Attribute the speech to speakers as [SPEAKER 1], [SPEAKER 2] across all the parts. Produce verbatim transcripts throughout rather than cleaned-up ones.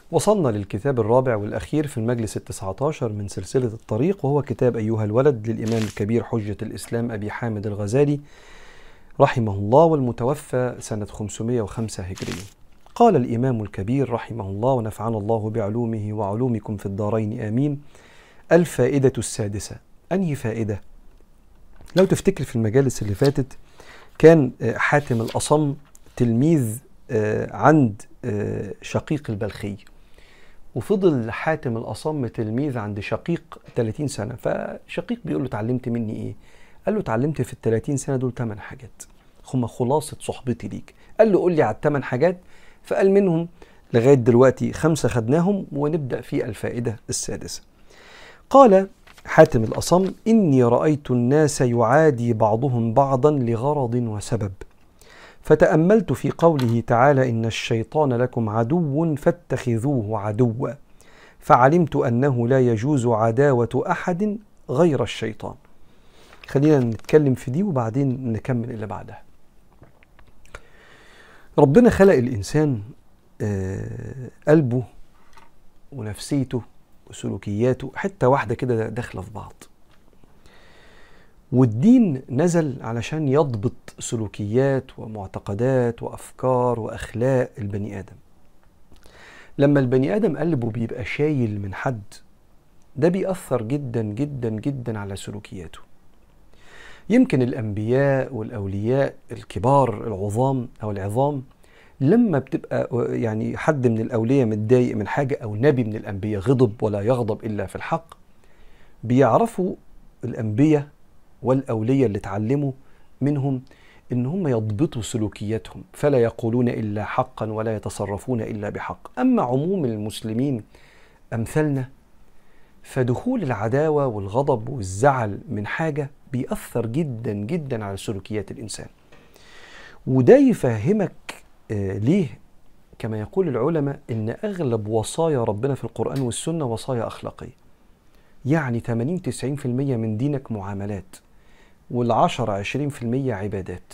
[SPEAKER 1] وصلنا للكتاب الرابع والأخير في المجلس التسعة عشر من سلسلة الطريق، وهو كتاب أيها الولد للإمام الكبير حجة الإسلام أبي حامد الغزالي رحمه الله، والمتوفى سنة خمسمائة وخمسة هجرية. قال الإمام الكبير رحمه الله ونفعنا الله بعلومه وعلومكم في الدارين آمين. الفائدة السادسة. أنهي فائدة؟ لو تفتكر في المجالس اللي فاتت كان حاتم الأصم تلميذ عند شقيق البلخي، وفضل حاتم الأصم تلميذ عند شقيق ثلاثين سنة. فشقيق بيقول له اتعلمت مني ايه؟ قال له اتعلمت في الثلاثين سنة دول ثمان حاجات، هم خلاصة صحبتي ليك. قال له قول لي على الثمان حاجات، فقال منهم لغاية دلوقتي خمسة خدناهم، ونبدأ في الفائدة السادسة. قال حاتم الأصم: إني رأيت الناس يعادي بعضهم بعضا لغرض وسبب، فتأملت في قوله تعالى: إن الشيطان لكم عدو فاتخذوه عدوا، فعلمت أنه لا يجوز عداوة أحد غير الشيطان. خلينا نتكلم في دي وبعدين نكمل اللي بعدها. ربنا خلق الإنسان قلبه ونفسيته وسلوكياته حتة واحدة كده داخلة في بعض، والدين نزل علشان يضبط سلوكيات ومعتقدات وأفكار وأخلاق البني آدم. لما البني آدم قلبه بيبقى شايل من حد، ده بيأثر جدا جدا جدا على سلوكياته. يمكن الأنبياء والأولياء الكبار العظام أو العظام لما بتبقى يعني حد من الأولياء متضايق من حاجة، أو نبي من الأنبياء غضب ولا يغضب إلا في الحق، بيعرفوا الأنبياء والأولياء اللي اتعلموا منهم إن هم يضبطوا سلوكياتهم، فلا يقولون إلا حقا ولا يتصرفون إلا بحق. أما عموم المسلمين أمثالنا، فدخول العداوة والغضب والزعل من حاجة بيأثر جدا جدا على سلوكيات الإنسان. وده يفهمك آه ليه كما يقول العلماء إن أغلب وصايا ربنا في القرآن والسنة وصايا أخلاقية. يعني ثمانين تسعين في المية من دينك معاملات، والعشرة عشرين في المية عبادات.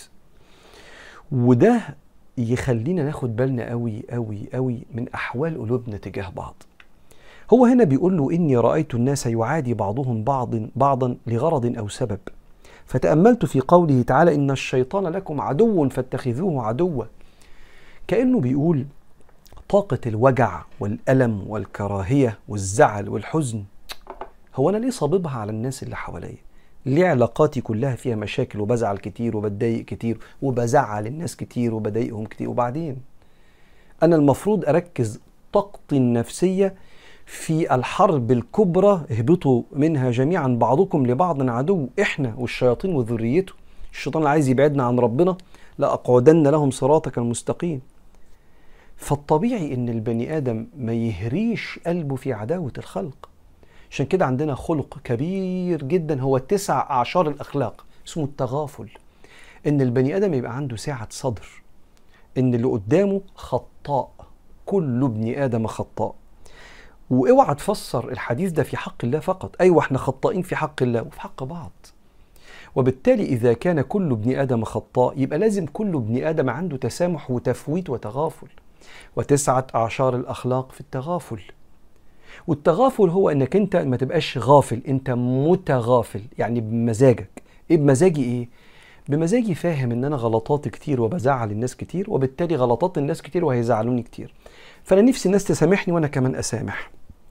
[SPEAKER 1] وده يخلينا ناخد بالنا قوي قوي قوي من أحوال قلوبنا تجاه بعض. هو هنا بيقول له: إني رأيت الناس يعادي بعضهم بعض بعضا لغرض أو سبب، فتأملت في قوله تعالى: إن الشيطان لكم عدو فاتخذوه عدوا. كأنه بيقول طاقة الوجع والألم والكراهية والزعل والحزن، هو أنا ليه صاببها على الناس اللي حواليا؟ ليه علاقاتي كلها فيها مشاكل وبزعل كتير وبتضايق كتير وبزعل الناس كتير وبضايقهم كتير؟ وبعدين أنا المفروض أركز طاقتي النفسية في الحرب الكبرى، اهبطوا منها جميعا بعضكم لبعض عدو، إحنا والشياطين وذريته. الشيطان اللي عايز يبعدنا عن ربنا، لأقعدن لهم صراطك المستقيم. فالطبيعي إن البني آدم ما يهريش قلبه في عداوة الخلق. عشان كده عندنا خلق كبير جدا هو تسع أعشار الأخلاق، اسمه التغافل. إن البني آدم يبقى عنده سعة صدر، إن اللي قدامه خطاء، كل ابن آدم خطاء. واوعى تفسر الحديث ده في حق الله فقط. أيوة احنا خطائين في حق الله وفي حق بعض، وبالتالي إذا كان كل ابن آدم خطاء يبقى لازم كل ابن آدم عنده تسامح وتفويت وتغافل. وتسعة أعشار الأخلاق في التغافل. والتغافل هو انك انت ما تبقاش غافل، انت متغافل، يعني بمزاجك. ايه بمزاجي؟ ايه بمزاجي؟ فاهم ان انا غلطاتي كتير وبزعل الناس كتير، وبالتالي غلطات الناس كتير وهيزعلوني كتير، فانا نفسي الناس تسامحني وانا كمان اسامح.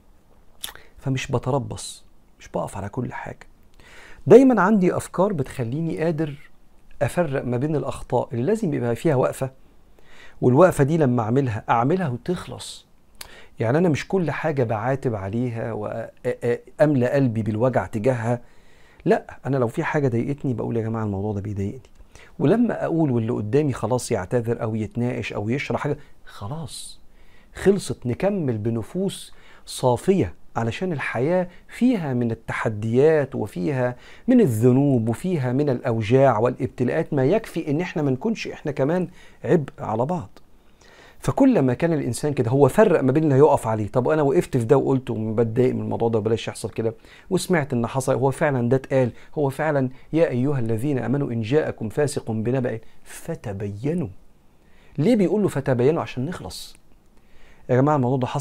[SPEAKER 1] فمش بتربص، مش بقف على كل حاجة. دايما عندي افكار بتخليني قادر افرق ما بين الاخطاء اللي لازم يبقى فيها وقفة، والوقفة دي لما اعملها اعملها وتخلص. يعني أنا مش كل حاجة بعاتب عليها وأملأ قلبي بالوجع تجاهها. لا، أنا لو في حاجة ضايقتني بقول يا جماعة الموضوع ده بيضايقني، ولما أقول واللي قدامي خلاص يعتذر أو يتناقش أو يشرح حاجة، خلاص خلصت. نكمل بنفوس صافية، علشان الحياة فيها من التحديات وفيها من الذنوب وفيها من الأوجاع والابتلاءات ما يكفي إن إحنا ما نكونش إحنا كمان عبء على بعض. فكل ما كان الإنسان كده هو فرق ما بين اللي هيقف عليه. طب أنا وقفت في ده وقلت بتضايق من الموضوع ده بلاش يحصل كده، وسمعت إن حصل، هو فعلا ده اتقال، هو فعلا يا أيها الذين آمنوا إن جاءكم فاسق بنبأ فتبينوا. ليه بيقول له فتبينوا؟ عشان نخلص. يا جماعة الموضوع ده حصل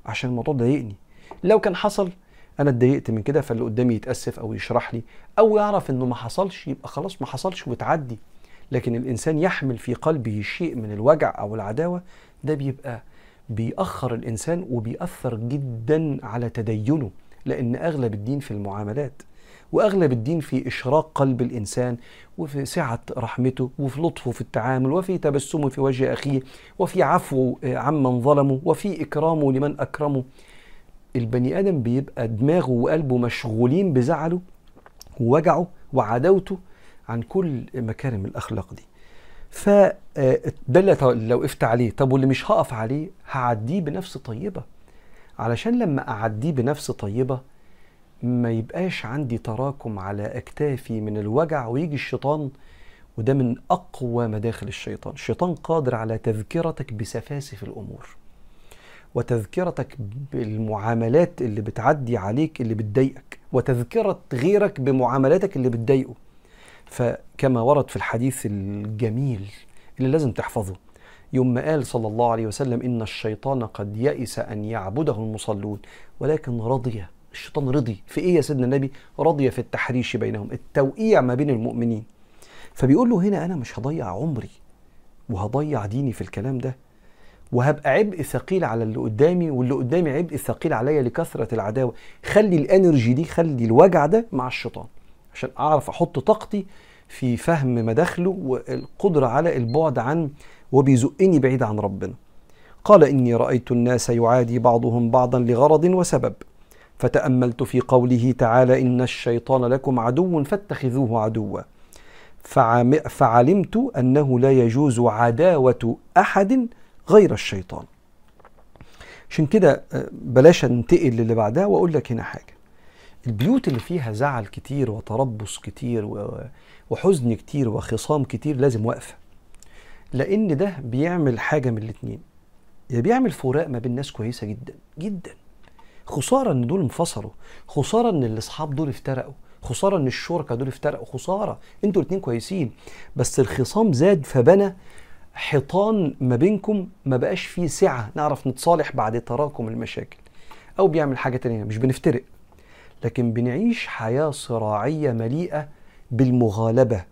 [SPEAKER 1] عشان الموضوع ضايقني. لو كان حصل انا اتضايقت من كده، فاللي قدامي يتاسف او يشرح لي او يعرف انه ما حصلش، يبقى خلاص ما حصلش وتعدي. لكن الانسان يحمل في قلبه شيء من الوجع او العداوه، ده بيبقى بيأخر الانسان وبيأثر جدا على تدينه، لان اغلب الدين في المعاملات، واغلب الدين في اشراق قلب الانسان، وفي سعه رحمته، وفي لطفه في التعامل، وفي تبسمه في وجه اخيه، وفي عفو عمن ظلمه، وفي اكرامه لمن اكرمه. البني ادم بيبقى دماغه وقلبه مشغولين بزعله ووجعه وعداوته عن كل مكارم الاخلاق دي. فده اللي لو وقفت عليه. طب واللي مش هقف عليه هعديه بنفس طيبه، علشان لما اعديه بنفس طيبه ما يبقاش عندي تراكم على اكتافي من الوجع ويجي الشيطان. وده من اقوى مداخل الشيطان. الشيطان قادر على تذكرتك بسفاسف الامور، وتذكرتك بالمعاملات اللي بتعدي عليك اللي بتضايقك، وتذكرة غيرك بمعاملاتك اللي بتضايقه. فكما ورد في الحديث الجميل اللي لازم تحفظه، يوم ما قال صلى الله عليه وسلم إن الشيطان قد يئس أن يعبده المصلون ولكن رضي. الشيطان رضي في إيه يا سيدنا النبي؟ رضي في التحريش بينهم، التوقيع ما بين المؤمنين. فبيقول له هنا أنا مش هضيع عمري وهضيع ديني في الكلام ده، وهبقى عبء ثقيل على اللي قدامي، واللي قدامي عبء ثقيل عليا لكثرة العداوة. خلي الانرجي دي، خلي الوجع ده مع الشيطان، عشان اعرف احط طاقتي في فهم مداخله والقدرة على البعد عن وبيزقني بعيد عن ربنا. قال إني رأيت الناس يعادي بعضهم بعضا لغرض وسبب، فتأملت في قوله تعالى إن الشيطان لكم عدو فاتخذوه عدوا، فعلمت أنه لا يجوز عداوة أحد غير الشيطان. عشان كده بلاش انتقل للي بعدها واقول لك هنا حاجة. البيوت اللي فيها زعل كتير وتربص كتير وحزن كتير وخصام كتير لازم وقفة، لان ده بيعمل حاجة من الاتنين. يا بيعمل فراق ما بين ناس كويسة جدا جدا، خسارة ان دول انفصلوا، خسارة ان الاصحاب دول افترقوا، خسارة ان الشركة دول افترقوا، خسارة انتوا الاتنين كويسين بس الخصام زاد فبنى حيطان ما بينكم، ما بقاش فيه سعة نعرف نتصالح بعد تراكم المشاكل. او بيعمل حاجة تانية، مش بنفترق لكن بنعيش حياة صراعية مليئة بالمغالبة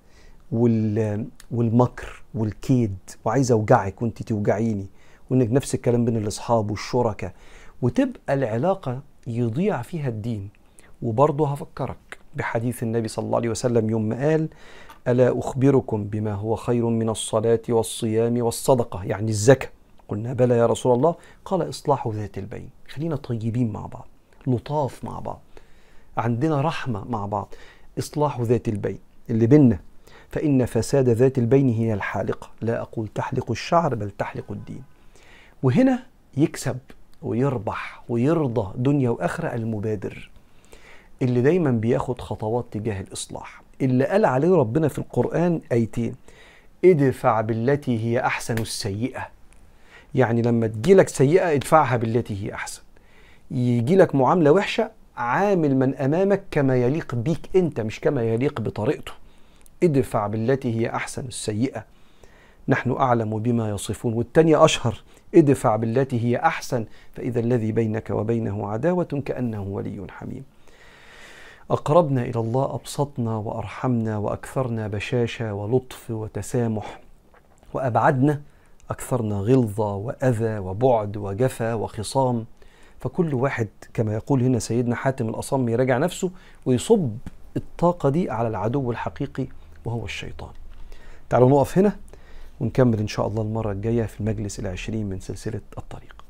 [SPEAKER 1] والمكر والكيد، وعايز اوجعك وانت توجعيني، وانك نفس الكلام بين الاصحاب والشركة، وتبقى العلاقة يضيع فيها الدين. وبرضه هفكرك بحديث النبي صلى الله عليه وسلم يوم ما قال ألا أخبركم بما هو خير من الصلاة والصيام والصدقة، يعني الزكاة. قلنا بلى يا رسول الله. قال إصلاح ذات البين، خلينا طيبين مع بعض، لطاف مع بعض، عندنا رحمة مع بعض. إصلاح ذات البين اللي بينا، فإن فساد ذات البين هي الحالقة، لا أقول تحلق الشعر بل تحلق الدين. وهنا يكسب ويربح ويرضى دنيا وآخرة المبادر، اللي دايما بياخد خطوات تجاه الإصلاح، اللي قال عليه ربنا في القرآن آيتين: ادفع بالتي هي أحسن السيئة. يعني لما تجيلك سيئة ادفعها بالتي هي أحسن. يجيلك معاملة وحشة، عامل من أمامك كما يليق بيك أنت مش كما يليق بطريقته. ادفع بالتي هي أحسن السيئة نحن أعلم بما يصفون. والتانية أشهر: ادفع بالتي هي أحسن فإذا الذي بينك وبينه عداوة كأنه ولي حميم. أقربنا إلى الله أبسطنا وأرحمنا وأكثرنا بشاشة ولطف وتسامح، وأبعدنا أكثرنا غلظة وأذى وبعد وجفا وخصام. فكل واحد كما يقول هنا سيدنا حاتم الأصم يراجع نفسه ويصب الطاقة دي على العدو الحقيقي وهو الشيطان. تعالوا نقف هنا ونكمل إن شاء الله المرة الجاية في المجلس العشرين من سلسلة الطريق.